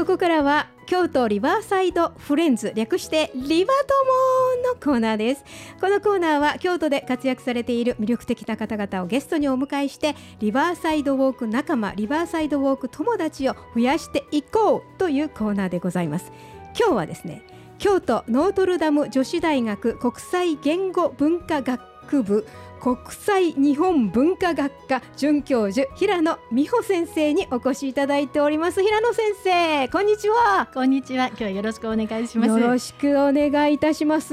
ここからは京都リバーサイドフレンズ、略してリバ友のコーナーです。このコーナーは京都で活躍されている魅力的な方々をゲストにお迎えして、リバーサイドウォーク仲間、リバーサイドウォーク友達を増やしていこうというコーナーでございます。今日はですね、京都ノートルダム女子大学国際言語文化学部国際日本文化学科准教授平野美穂先生にお越しいただいております。平野先生、こんにちは。 こんにちは。今日はよろしくお願いします。 よろしくお願いいたします。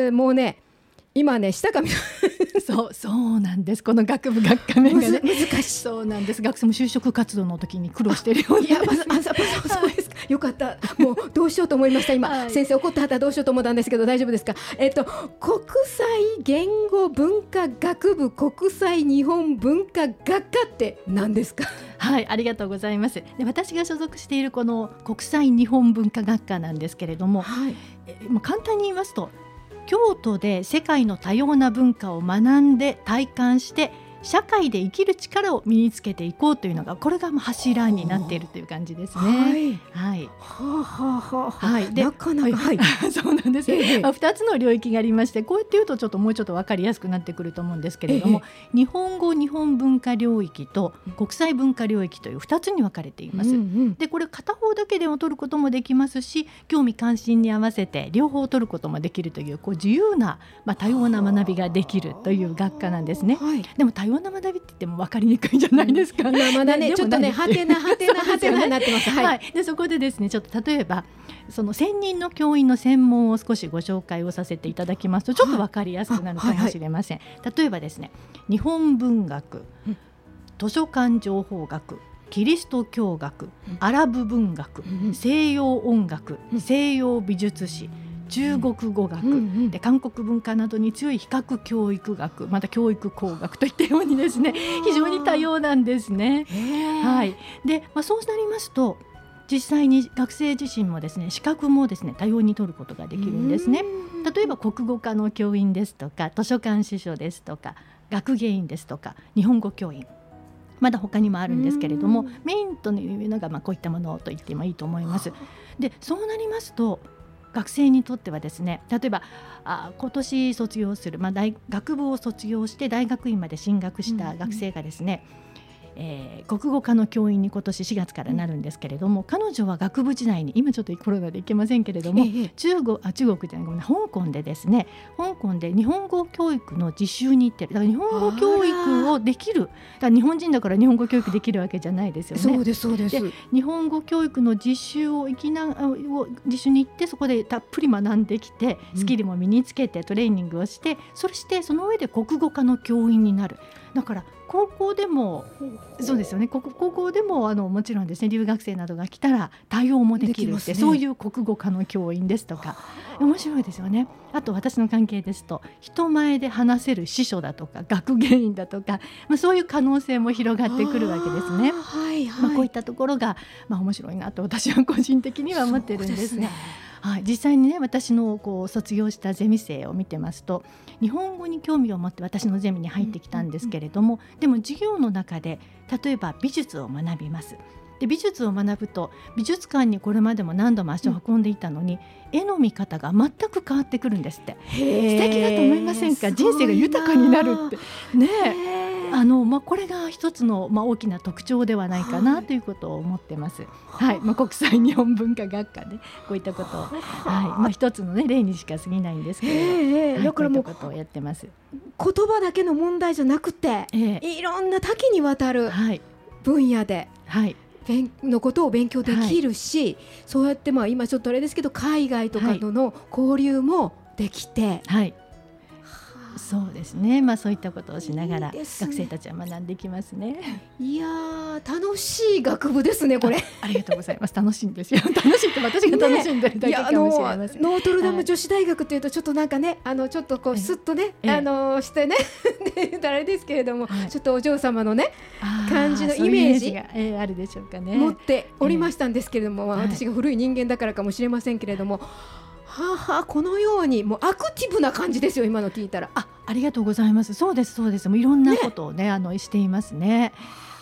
もうね、今ね、下髪そうなんです。この学部学科名がね難しい。 そうなんです。学生も就職活動の時に苦労しているように。 いや、そうですか。よかった。もうどうしようと思いました今、はい、先生怒ってはったらどうしようと思ったんですけど大丈夫ですか。国際言語文化学部国際日本文化学科って何ですか。 はい、ありがとうございます。で、私が所属しているこの国際日本文化学科なんですけれども、はい、簡単に言いますと、京都で世界の多様な文化を学んで体感して社会で生きる力を身につけていこうというのが、これが柱になっているという感じですね。はい、はい、 なかなか、はい、 そうなんです、2つの領域がありまして、こうやって言うともうちょっと分かりやすくなってくると思うんですけれども、日本語日本文化領域と国際文化領域という2つに分かれています。で、これ片方だけでも取ることもできますし、興味関心に合わせて両方取ることもできるという、自由な、多様な学びができるという学科なんですね。でも多様な学びって言っても分かりにくいんじゃないですか。 まだね、ちょっとね、はてなになってます。 はい、でそこでですね、ちょっと例えばその専任の教員の専門を少しご紹介をさせていただきますと、ちょっと分かりやすくなるかもしれません。例えばですね、日本文学、図書館情報学、キリスト教学、アラブ文学、西洋音楽、西洋美術史、中国語学、で韓国文化などに強い比較教育学、また教育工学といったようにですね、非常に多様なんですね。はい、で、そうなりますと、実際に学生自身もですね、資格もですね、多様に取ることができるんですね。例えば国語科の教員ですとか、図書館司書ですとか、学芸員ですとか、日本語教員、まだ他にもあるんですけれども、メインというのがこういったものと言ってもいいと思います。で、そうなりますと、学生にとってはですね、例えば今年卒業する、学部を卒業して大学院まで進学した学生がですね、国語科の教員に今年4月からなるんですけれども、彼女は学部時代に、今ちょっとコロナで行けませんけれども、中国じゃない、香港でですね、香港で日本語教育の実習に行ってる。だから日本語教育をできる、だから日本人だから日本語教育できるわけじゃないですよね。 そうですそうです。 で、日本語教育の実習を実習に行って、そこでたっぷり学んできて、スキルも身につけてトレーニングをして、そしてその上で国語科の教員になる。だから高校でもそうですよね、高校でももちろんですね、留学生などが来たら対応もできるって、そういう国語科の教員ですとか、面白いですよね。あと私の関係ですと、人前で話せる司書だとか学芸員だとか、そういう可能性も広がってくるわけですね。こういったところが、面白いなと私は個人的には思ってるんですね。はい、実際にね、私の卒業したゼミ生を見てますと、日本語に興味を持って私のゼミに入ってきたんですけれども、でも授業の中で例えば美術を学びます。で、美術を学ぶと、美術館にこれまでも何度も足を運んでいたのに、絵の見方が全く変わってくるんですって。素敵だと思いませんか。人生が豊かになるってね。これが一つの、大きな特徴ではないかなということを思ってます。はい、国際日本文化学科でこういったことを、一つの、例にしか過ぎないんですけれど、だからもうこういったことをやってます。 言葉だけの問題じゃなくて、いろんな多岐にわたる分野で、のことを勉強できるし、そうやって今ちょっとあれですけど、海外とかとの交流もできて、 そうですね、そういったことをしながら学生たちは学んでいきますね。 いやー、楽しい学部ですねこれ。 ありがとうございます。楽しいんですよ。楽しいって私が楽しんでるだけかもしれません。 ノートルダム女子大学というとちょっとなんかね、ちょっとスッとね、してねあれですけれども、ちょっとお嬢様のね感じのイメージがあるでしょうかね。 持っておりましたんですけれども、私が古い人間だからかもしれませんけれども、このようにもうアクティブな感じですよ、今の聞いたら。 ありがとうございます。そうですそうです。もういろんなことをね、していますね。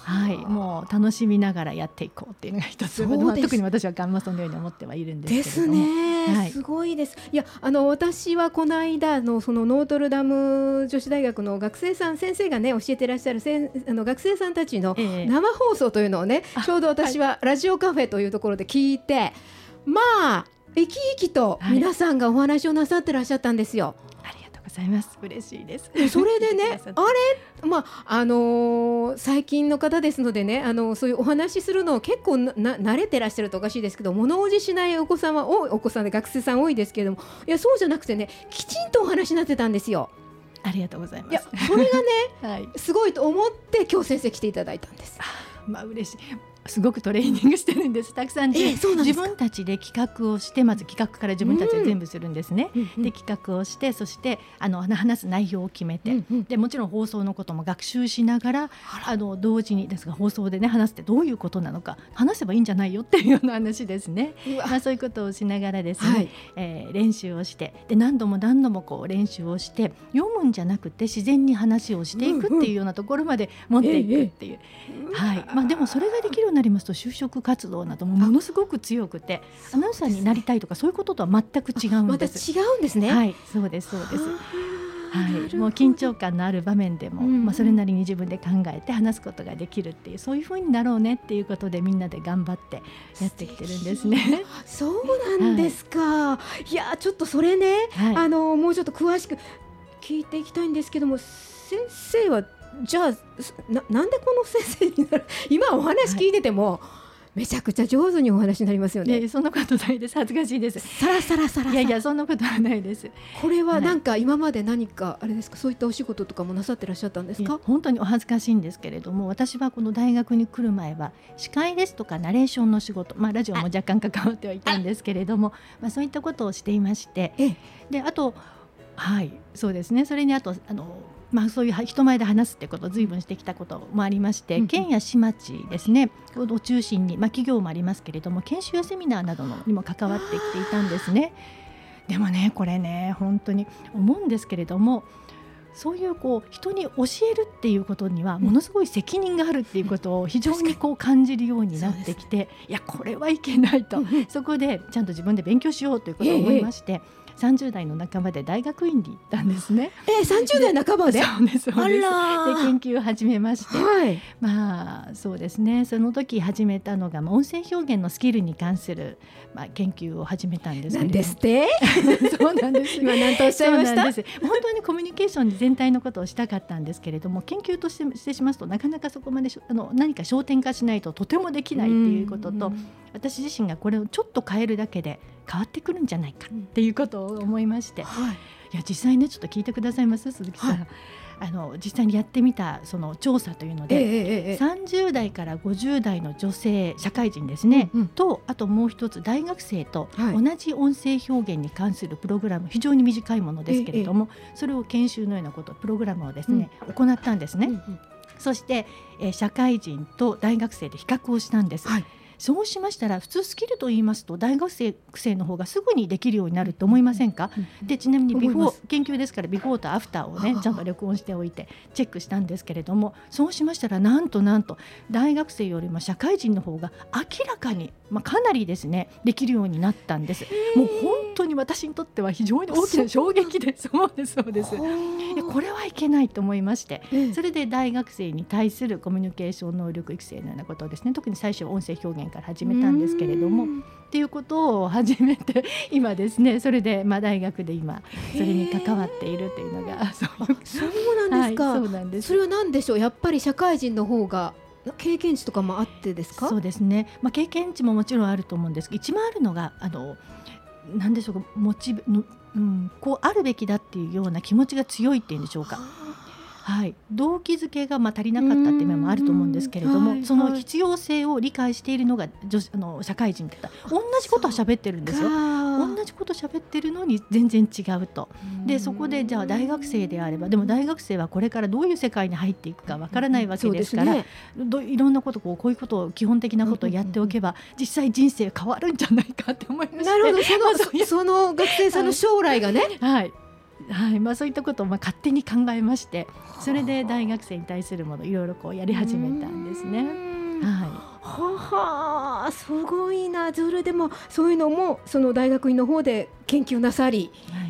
はい、もう楽しみながらやっていこうっていうのが一つ、特に私はガンマソンのように思ってはいるんですけれども。 ですね、 はい、 すごいです。いや、私はこの間のそのノートルダム女子大学の学生さん、先生がね教えてらっしゃる学生さんたちの生放送というのをね、ちょうど私はラジオカフェというところで聞いて、まあ生き生きと皆さんがお話をなさってらっしゃったんですよ。 ございます。嬉しいです。 それでね最近の方ですのでね、そういうお話しするのを結構慣れてらっしゃるとおかしいですけど、物おじしないお子さんは多い、お子さんで学生さん多いですけれども、いやそうじゃなくてね、きちんとお話になってたんですよ。 ありがとうございます。 いやそれがね、 はい、 すごいと思って今日先生来ていただいたんです。 嬉しい。すごくトレーニングしてるんです。たくさん自分たちで企画をして、まず企画から自分たちで全部するんですね。で企画をして、そして話す内容を決めて、でもちろん放送のことも学習しながら同時にですが、放送でね話すってどういうことなのか、話せばいいんじゃないよっていうような話ですね。そういうことをしながらですね、練習をして、で何度もこう練習をして、読むんじゃなくて自然に話をしていくっていうようなところまで持っていくっていう、でもそれができるようになりますと、就職活動などもものすごく強くて、アナウンサーになりたいとかそういうこととは全く違うんです。 また違うんですね。 はい、そうですそうです。もう緊張感のある場面でも、それなりに自分で考えて話すことができるっていう、そういう風になろうねっていうことで、みんなで頑張ってやってきてるんですね。 そうなんですか。いやちょっとそれね、もうちょっと詳しく聞いていきたいんですけども、先生はじゃあなんでこの先生になる今お話聞いてても、めちゃくちゃ上手にお話になりますよね。 そんなことないです。恥ずかしいです。 サラサラサラ。 いやそんなことはないです。 これはなんか今まで何かあれですか、そういったお仕事とかもなさってらっしゃったんですか？ 本当にお恥ずかしいんですけれども、私はこの大学に来る前は司会ですとかナレーションの仕事、ラジオも若干関わってはいたんですけれども、そういったことをしていまして、であとそうですね、それにあとそういう人前で話すってことを随分してきたこともありまして、県や市町ですねを中心に、企業もありますけれども、研修やセミナーなどにも関わってきていたんですね。でもね、これね本当に思うんですけれども、そういう人に教えるっていうことにはものすごい責任があるっていうことを非常に感じるようになってきて、いやこれはいけないと、そこでちゃんと自分で勉強しようということを思いまして、30代の半ばで大学院に行ったんですね。 30代半ばで？ そうですそうです。で研究を始めまして、そうですね、その時始めたのが、音声表現のスキルに関する、研究を始めたんですけど。 なんですってそうなんです。 今何とおっしゃいました？ 本当にコミュニケーション全体のことをしたかったんですけれども、研究としてしますとなかなかそこまで何か焦点化しないととてもできないっていうことと、私自身がこれをちょっと変えるだけで変わってくるんじゃないかっていうことを思いまして、いや実際ね、ちょっと聞いてくださいます鈴木さん、実際にやってみたその調査というので、30代から50代の女性社会人ですね、とあともう一つ大学生と同じ音声表現に関するプログラム、非常に短いものですけれども、それを研修のようなことプログラムをですね、行ったんですね。そして、社会人と大学生で比較をしたんです。そうしましたら、普通スキルと言いますと大学生の方がすぐにできるようになると思いませんか？でちなみにビフォー研究ですから、ビフォーとアフターをねちゃんと録音しておいてチェックしたんですけれども、そうしましたらなんと大学生よりも社会人の方が明らかに、かなりですねできるようになったんです。もう本当に私にとっては非常に大きな衝撃で、そうですそうです。これはいけないと思いまして、それで大学生に対するコミュニケーション能力育成のようなことをですね、特に最初音声表現から始めたんですけれどもっていうことを始めて、今ですねそれで大学で今それに関わっているというのがそうなんですか。 そうなんです。 それは何でしょう、やっぱり社会人の方が経験値とかもあってですか？ そうですね、経験値ももちろんあると思うんですけど、一番あるのが何でしょうか、こうあるべきだっていうような気持ちが強いっていうんでしょうか。動機づけが足りなかったっていう面もあると思うんですけれども、その必要性を理解しているのが社会人だった。同じことは喋ってるんですよ。同じこと喋ってるのに全然違うと。でそこでじゃあ大学生であれば、でも大学生はこれからどういう世界に入っていくかわからないわけですから、いろんなことこういうことを基本的なことをやっておけば、実際人生変わるんじゃないかって思いまして。 なるほど、その学生さんの将来がね、 はい、そういったことを勝手に考えまして、それで大学生に対するものいろいろやり始めたんですね。 はあ、すごいな。それでもそういうのもその大学院の方で研究なさり、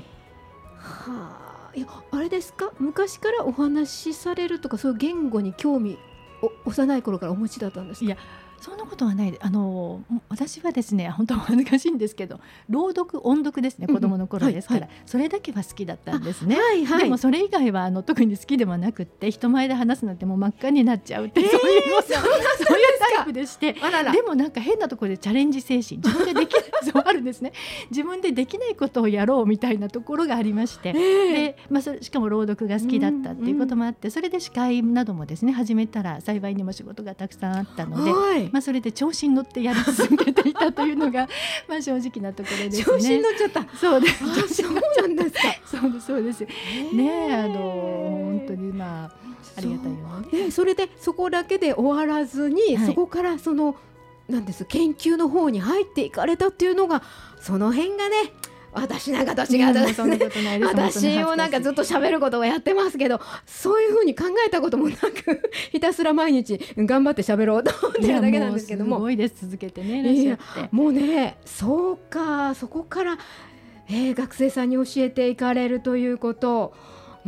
いやあれですか、昔からお話しされるとかそういう言語に興味幼い頃からお持ちだったんですか？ いや、そんなことはないで、私はですね、本当は恥ずかしいんですけど、朗読音読ですね、子供の頃ですから、それだけは好きだったんですね。でもそれ以外は特に好きでもなくって、人前で話すのってもう真っ赤になっちゃうって、そういうタイプでして、でもなんか変なところでチャレンジ精神、自分でできないそうあるんですね。自分でできないことをやろうみたいなところがありまして、で、しかも朗読が好きだったっていうこともあって、それで司会などもですね始めたら幸いにも仕事がたくさんあったので、それで調子に乗ってやり続けていたというのが正直なところですね。 調子に乗っちゃった。そうです。そうなんですか。 そうですね。本当にありがたいよね。 それでそこだけで終わらずに、そこからなんです研究の方に入っていかれたっていうのが、その辺がね、私なんかと違うですね。私もなんかずっと喋ることをやってますけど、そういうふうに考えたこともなくひたすら毎日頑張って喋ろうと思ってるだけなんですけども。 すごいです。続けてね、いらっしゃって。 もうね、そうか、そこから、学生さんに教えていかれるということ。そ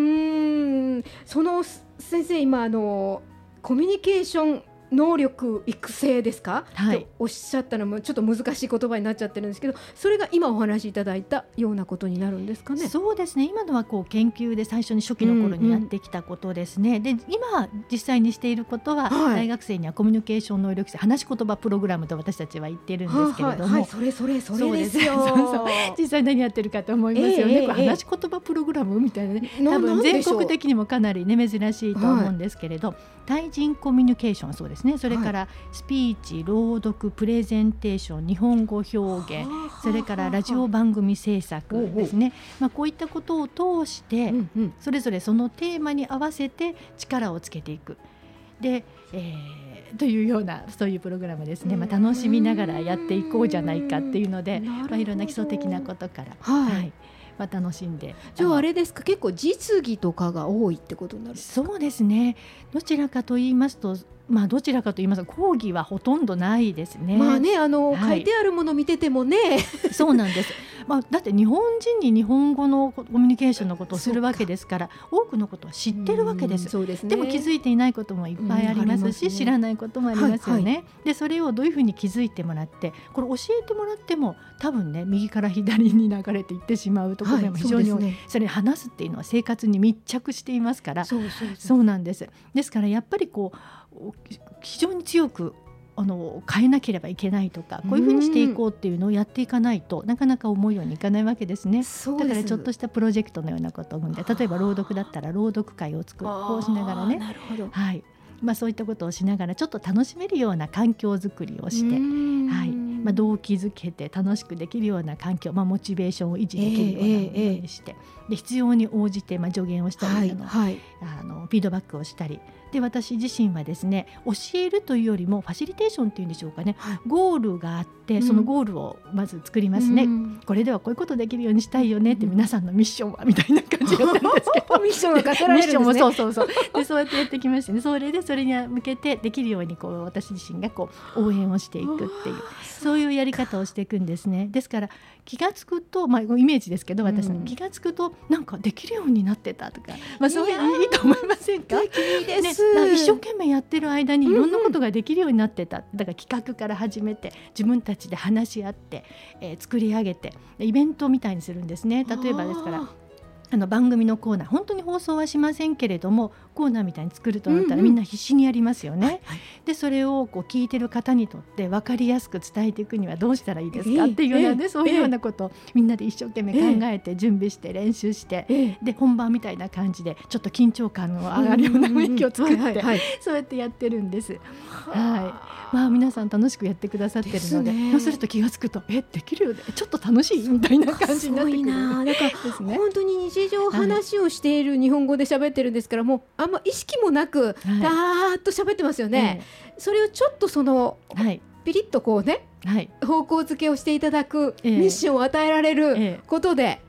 の先生、今コミュニケーション能力育成ですか、とおっしゃったのもちょっと難しい言葉になっちゃってるんですけど、それが今お話しいただいたようなことになるんですかね。 そうですね、今のは研究で最初に初期の頃にやってきたことですね。で、今実際にしていることは、大学生にはコミュニケーション能力者話し言葉プログラムと私たちは言ってるんですけれども、 それですよ。 実際何やってるかと思いますよね。話し言葉プログラムみたいなね、多分全国的にもかなりね珍しいと思うんですけれど、対人コミュニケーションはそうですね。それからスピーチ、朗読、プレゼンテーション、日本語表現、それからラジオ番組制作ですね。こういったことを通して、それぞれそのテーマに合わせて力をつけていく。で、というようなそういうプログラムですね。楽しみながらやっていこうじゃないかっていうので、いろんな基礎的なことから。楽しんで。 じゃああれですか、結構実技とかが多いってことになるんですか？ そうですね。どちらかと言いますと講義はほとんどないですね。 書いてあるもの見ててもねそうなんです。だって日本人に日本語のコミュニケーションのことをするわけですから、多くのことは知ってるわけです。でも気づいていないこともいっぱいありますし、知らないこともありますよね。で、それをどういうふうに気づいてもらって、これ教えてもらっても多分ね、右から左に流れていってしまうところも非常に多い。それ話すっていうのは生活に密着していますから。そうなんです。ですからやっぱり非常に強く変えなければいけないとか、こういうふうにしていこうっていうのをやっていかないとなかなか思うようにいかないわけですね。だからちょっとしたプロジェクトのようなことを生んで、例えば朗読だったら朗読会を作る、こうしながらね、そういったことをしながらちょっと楽しめるような環境づくりをして、動機づけて楽しくできるような環境、モチベーションを維持できるようなものにして、で必要に応じて助言をしたり、フィードバックをしたりで、私自身はですね、教えるというよりもファシリテーションっていうんでしょうかね、ゴールがあって、そのゴールをまず作りますね。これではこういうことできるようにしたいよねって、皆さんのミッションはみたいな感じだったんですけどミッションが課せられるんですね。 でそうやってやってきましてね、それに向けてできるように私自身が応援をしていくっていう、そういうやり方をしていくんですね。ですから気がつくと、イメージですけど、私の気がつくとなんかできるようになってたとか、そういういいと思いませんか？ いいです、 一生懸命やってる間にいろんなことができるようになってた。だから企画から始めて自分たちで話し合って、作り上げてイベントみたいにするんですね。例えばですから番組のコーナー、本当に放送はしませんけれども、コーナーみたいに作るとなったらみんな必死にやりますよね。でそれを聞いてる方にとって分かりやすく伝えていくにはどうしたらいいですかっていうようなね、そういうようなことをみんなで一生懸命考えて準備して練習して、で本番みたいな感じでちょっと緊張感の上がるような雰囲気を作ってそうやってやってるんです。皆さん楽しくやってくださってるので、そうすると気がつくとできるよね、ちょっと楽しいみたいな感じになってくる。 だから本当に日常話をしている、日本語で喋ってるんですから、もうあんま意識もなくダーッと喋ってますよね。それをちょっとピリッと方向付けをしていただくミッションを与えられることで、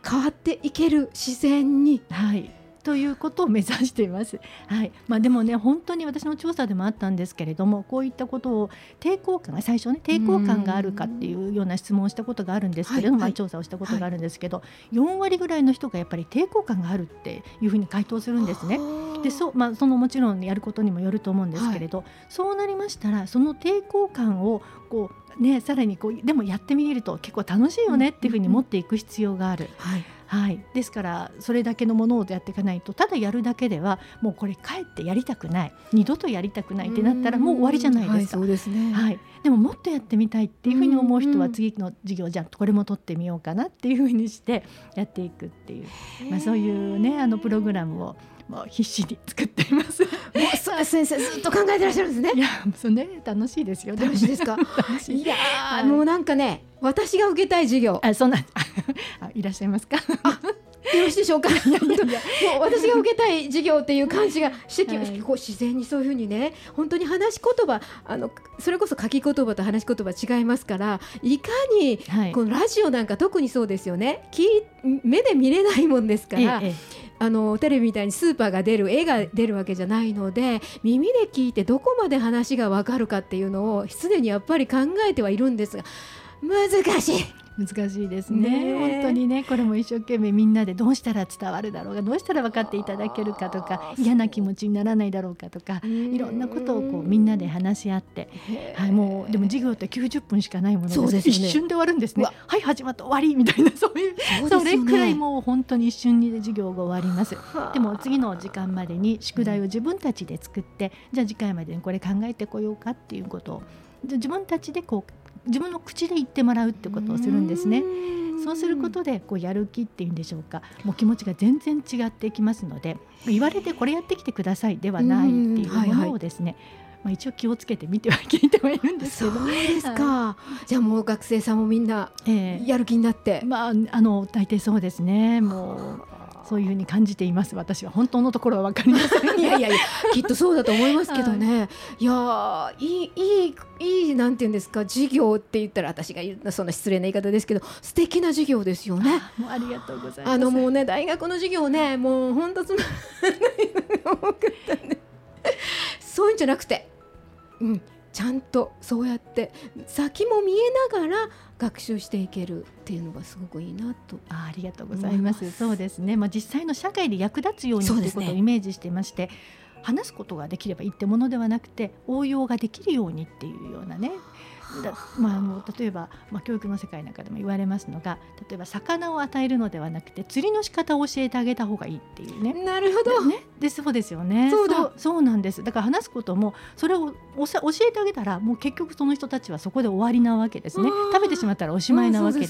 変わっていける自然に、 はいということを目指しています。はいでもね本当に私の調査でもあったんですけれども、こういったことを抵抗感が最初ね抵抗感があるかっていうような質問をしたことがあるんですけれども、調査をしたことがあるんですけど、4割ぐらいの人がやっぱり抵抗感があるっていうふうに回答するんですね。でそのもちろんやることにもよると思うんですけれど、そうなりましたらその抵抗感をこうねさらにでもやってみると結構楽しいよねっていうふうに持っていく必要がある。ですからそれだけのものをやっていかないと、ただやるだけではもうこれかえってやりたくない、二度とやりたくないってなったらもう終わりじゃないですか。 そうですね。 でももっとやってみたいっていうふうに思う人は次の授業じゃあこれも取ってみようかなっていうふうにしてやっていくっていう、そういうねプログラムをもう必死に作っています。 それ先生ずっと考えてらっしゃるんですね。 いやそうね楽しいですよ。 楽しいですか。いやもうなんかね私が受けたい授業そんないらっしゃいますか。 よろしいでしょうか。もう私が受けたい授業っていう感じがしてき、こう自然にそういうふうにね本当に話し言葉それこそ書き言葉と話し言葉違いますから、いかに、このラジオなんか特にそうですよね。目で見れないもんですから、テレビみたいにスーパーが出る絵が出るわけじゃないので、耳で聞いてどこまで話が分かるかっていうのをすでにやっぱり考えてはいるんですが難しいですね。本当にねこれも一生懸命みんなでどうしたら伝わるだろうか、どうしたら分かっていただけるかとか、嫌な気持ちにならないだろうかとか、いろんなことをみんなで話し合って、もうでも授業って90分しかないものです、一瞬で終わるんですね。始まった終わりみたいな、それくらいもう本当に一瞬に授業が終わります。でも次の時間までに宿題を自分たちで作って、じゃあ次回までにこれ考えてこようかっていうことを自分たちで自分の口で言ってもらうってことをするんですね。そうすることでやる気っていうんでしょうか、もう気持ちが全然違っていきますので、言われてこれやってきてくださいではないっていうものをですね、一応気をつけて見ては聞いてはいるんですけど。 そうですか。じゃあもう学生さんもみんなやる気になって、 大抵そうですね。もうそういうふうに感じています。私は本当のところは分かりません。 いやきっとそうだと思いますけどね。いやいいなんていうんですか、授業って言ったら私が言うそんな失礼な言い方ですけど、素敵な授業ですよね。 もうありがとうございます。 もうね大学の授業ねもう本当つまらない多かったね。そういうんじゃなくて、ちゃんとそうやって先も見えながら学習していけるっていうのがすごくいいなと。 ありがとうございます。そうですね、実際の社会で役立つようにということをイメージしていまして、話すことができればいいってものではなくて、応用ができるようにっていうようなね。例えば、教育の世界なんかでも言われますのが、例えば魚を与えるのではなくて釣りの仕方を教えてあげた方がいいっていうね。 なるほど、 そうですよね。そうなんです。だから話すこともそれを教えてあげたらもう結局その人たちはそこで終わりなわけですね。食べてしまったらおしまいなわけです。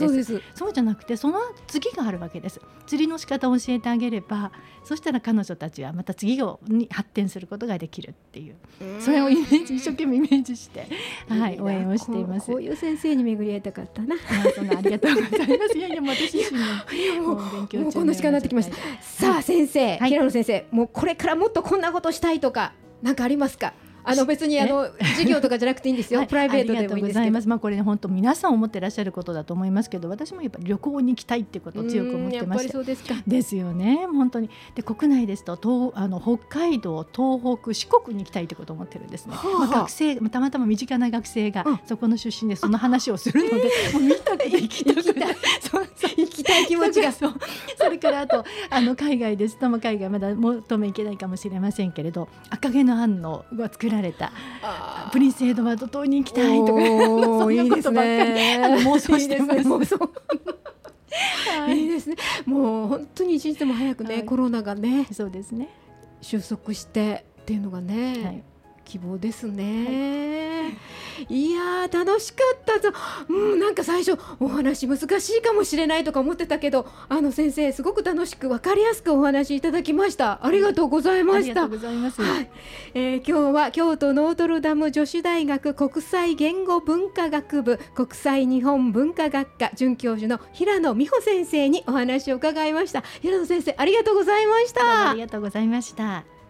そうじゃなくてその次があるわけです。釣りの仕方を教えてあげれば、そしたら彼女たちはまた次に発展することができるっていう、それを一生懸命イメージして、応援をしています。 こういう先生に巡り合いたかったな。 ありがとうございます。いや私自身も勉強中もうこの時間になってきました。さあ先生、平野先生、もうこれからもっとこんなことしたいとか何かありますか？別に授業とかじゃなくていいんですよ。プライベートでもいいんですけど。 これね本当皆さん思ってらっしゃることだと思いますけど、私もやっぱり旅行に行きたいっていうことを強く思ってまして。やっぱりそうですか。 ですよね。本当に。で国内ですと北海道、東北、四国に行きたいってことを思ってるんですね。学生たまたま身近な学生がそこの出身でその話をするので、もう見たくて行きたい気持ちがそれからあと海外ですと、海外まだ求めいけないかもしれませんけれど、赤毛のアンのが作られたプリンスエドワード島に行きたいとか、そんなことばっかり妄想してます。 いいですね。もう本当に一日でも早くね、コロナがね、 そうですね、 収束してっていうのがね、希望ですね。いや楽しかったぞ。なんか最初お話難しいかもしれないとか思ってたけど、先生すごく楽しく分かりやすくお話いただきました。ありがとうございました。 ありがとうございます。 今日は京都ノートルダム女子大学国際言語文化学部国際日本文化学科准教授の平野美穂先生にお話を伺いました。平野先生ありがとうございました。 ありがとうございました。